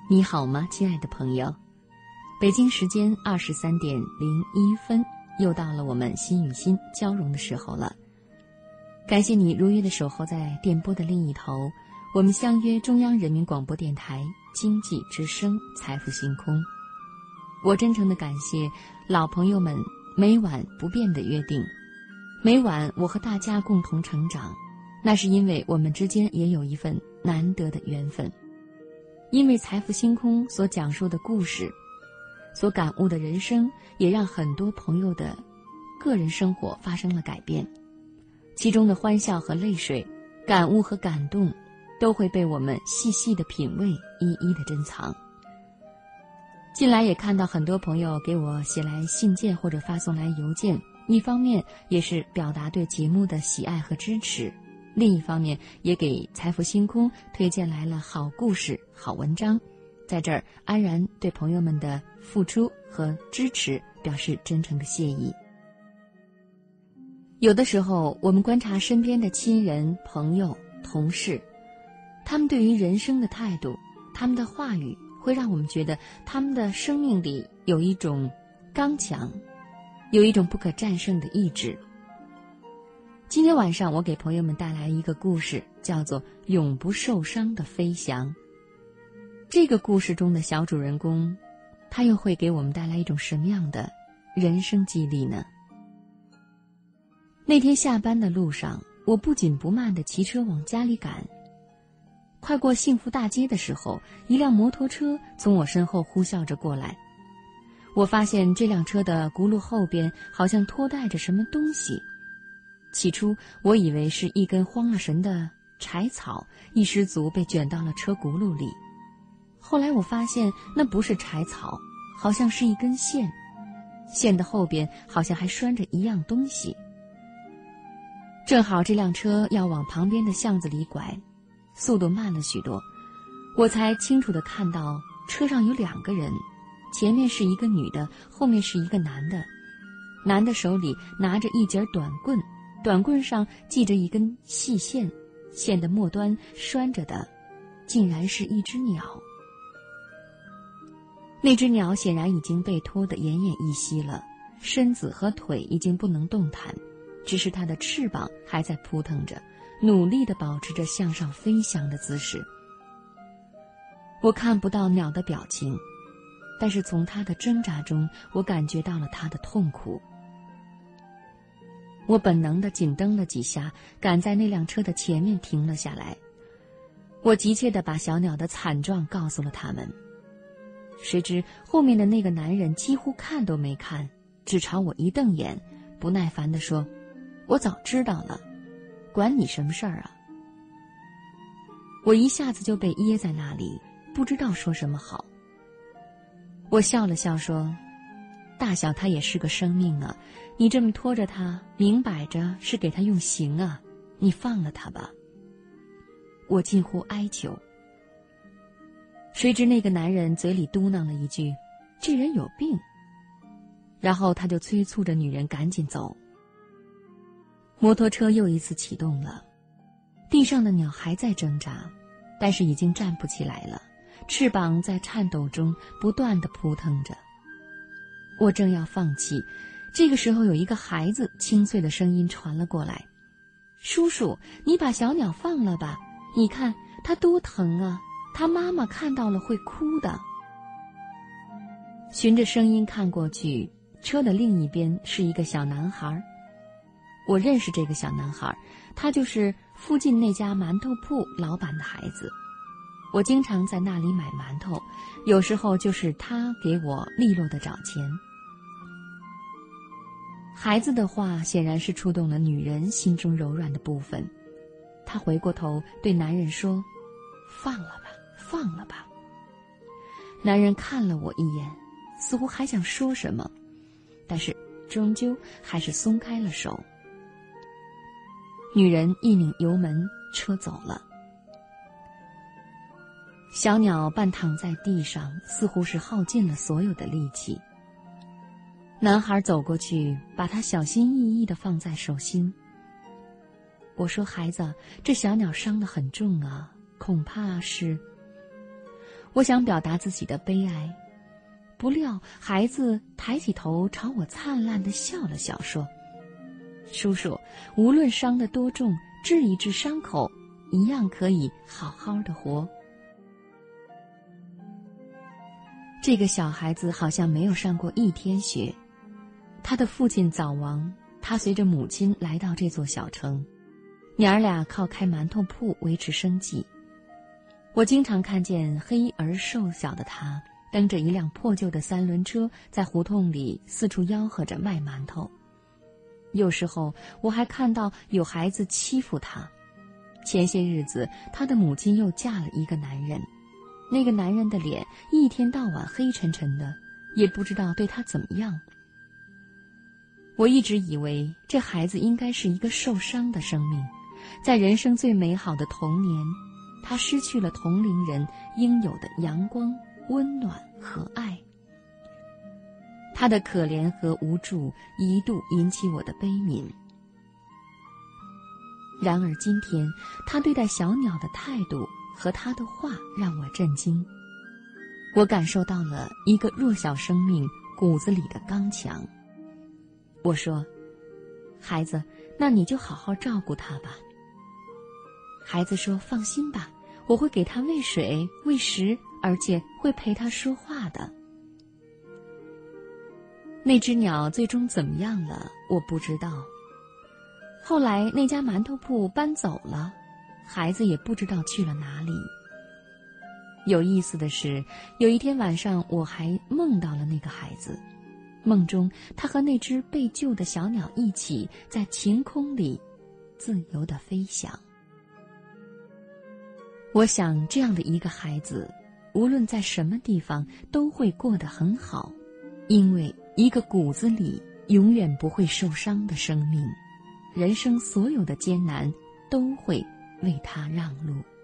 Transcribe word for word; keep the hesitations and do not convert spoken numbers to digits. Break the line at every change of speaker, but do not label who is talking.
你好吗，亲爱的朋友？北京时间二十三点零一分，又到了我们心与心交融的时候了。感谢你如约的守候在电波的另一头，我们相约中央人民广播电台经济之声财富星空。我真诚的感谢老朋友们每晚不变的约定，每晚我和大家共同成长，那是因为我们之间也有一份难得的缘分。因为财富星空所讲述的故事，所感悟的人生，也让很多朋友的个人生活发生了改变。其中的欢笑和泪水，感悟和感动，都会被我们细细的品味，一一的珍藏。近来也看到很多朋友给我写来信件或者发送来邮件，一方面也是表达对节目的喜爱和支持，另一方面也给财富星空推荐来了好故事、好文章。在这儿安然对朋友们的付出和支持表示真诚的谢意。有的时候我们观察身边的亲人、朋友、同事，他们对于人生的态度，他们的话语，会让我们觉得他们的生命里有一种刚强，有一种不可战胜的意志。今天晚上我给朋友们带来一个故事，叫做《永不受伤的飞翔》。这个故事中的小主人公，他又会给我们带来一种什么样的人生激励呢？那天下班的路上，我不紧不慢地骑车往家里赶。快过幸福大街的时候，一辆摩托车从我身后呼啸着过来。我发现这辆车的轱辘后边好像拖带着什么东西。起初我以为是一根慌了神的柴草，一失足被卷到了车轱辘里。后来我发现那不是柴草，好像是一根线，线的后边好像还拴着一样东西。正好这辆车要往旁边的巷子里拐，速度慢了许多，我才清楚地看到车上有两个人，前面是一个女的，后面是一个男的。男的手里拿着一截短棍，短棍上系着一根细线，线的末端拴着的竟然是一只鸟。那只鸟显然已经被拖得奄奄一息了，身子和腿已经不能动弹，只是它的翅膀还在扑腾着，努力地保持着向上飞翔的姿势。我看不到鸟的表情，但是从它的挣扎中，我感觉到了它的痛苦。我本能地紧蹬了几下，赶在那辆车的前面停了下来。我急切地把小鸟的惨状告诉了他们。谁知后面的那个男人几乎看都没看，只朝我一瞪眼，不耐烦地说：“我早知道了，管你什么事儿啊！”我一下子就被噎在那里，不知道说什么好。我笑了笑说：“大小他也是个生命啊，你这么拖着他，明摆着是给他用刑啊，你放了他吧。”我近乎哀求。谁知那个男人嘴里嘟囔了一句：“这人有病。”然后他就催促着女人赶紧走。摩托车又一次启动了，地上的鸟还在挣扎，但是已经站不起来了，翅膀在颤抖中不断地扑腾着。我正要放弃，这个时候有一个孩子清脆的声音传了过来：“叔叔，你把小鸟放了吧，你看它多疼啊，它妈妈看到了会哭的。”循着声音看过去，车的另一边是一个小男孩。我认识这个小男孩，他就是附近那家馒头铺老板的孩子。我经常在那里买馒头，有时候就是他给我利落的找钱。孩子的话显然是触动了女人心中柔软的部分，她回过头对男人说：“放了吧，放了吧。”男人看了我一眼，似乎还想说什么，但是终究还是松开了手。女人一拧油门，车走了。小鸟半躺在地上，似乎是耗尽了所有的力气。男孩走过去，把它小心翼翼地放在手心。我说：“孩子，这小鸟伤得很重啊，恐怕是……” 我想表达自己的悲哀，不料孩子抬起头朝我灿烂地笑了笑，说：叔叔，无论伤得多重，治一治伤口，一样可以好好的活。这个小孩子好像没有上过一天学，他的父亲早亡，他随着母亲来到这座小城，娘儿俩靠开馒头铺维持生计。我经常看见黑而瘦小的他蹬着一辆破旧的三轮车，在胡同里四处吆喝着卖馒头。有时候我还看到有孩子欺负他。前些日子他的母亲又嫁了一个男人，那个男人的脸一天到晚黑沉沉的，也不知道对他怎么样。我一直以为这孩子应该是一个受伤的生命，在人生最美好的童年，他失去了同龄人应有的阳光、温暖和爱。他的可怜和无助一度引起我的悲悯。然而今天，他对待小鸟的态度和他的话让我震惊。我感受到了一个弱小生命骨子里的刚强。我说：孩子，那你就好好照顾他吧。孩子说：放心吧，我会给他喂水、喂食，而且会陪他说话的。那只鸟最终怎么样了，我不知道。后来那家馒头铺搬走了，孩子也不知道去了哪里。有意思的是，有一天晚上我还梦到了那个孩子，梦中他和那只被救的小鸟一起在晴空里自由地飞翔。我想这样的一个孩子，无论在什么地方都会过得很好，因为一个骨子里永远不会受伤的生命，人生所有的艰难都会为他让路。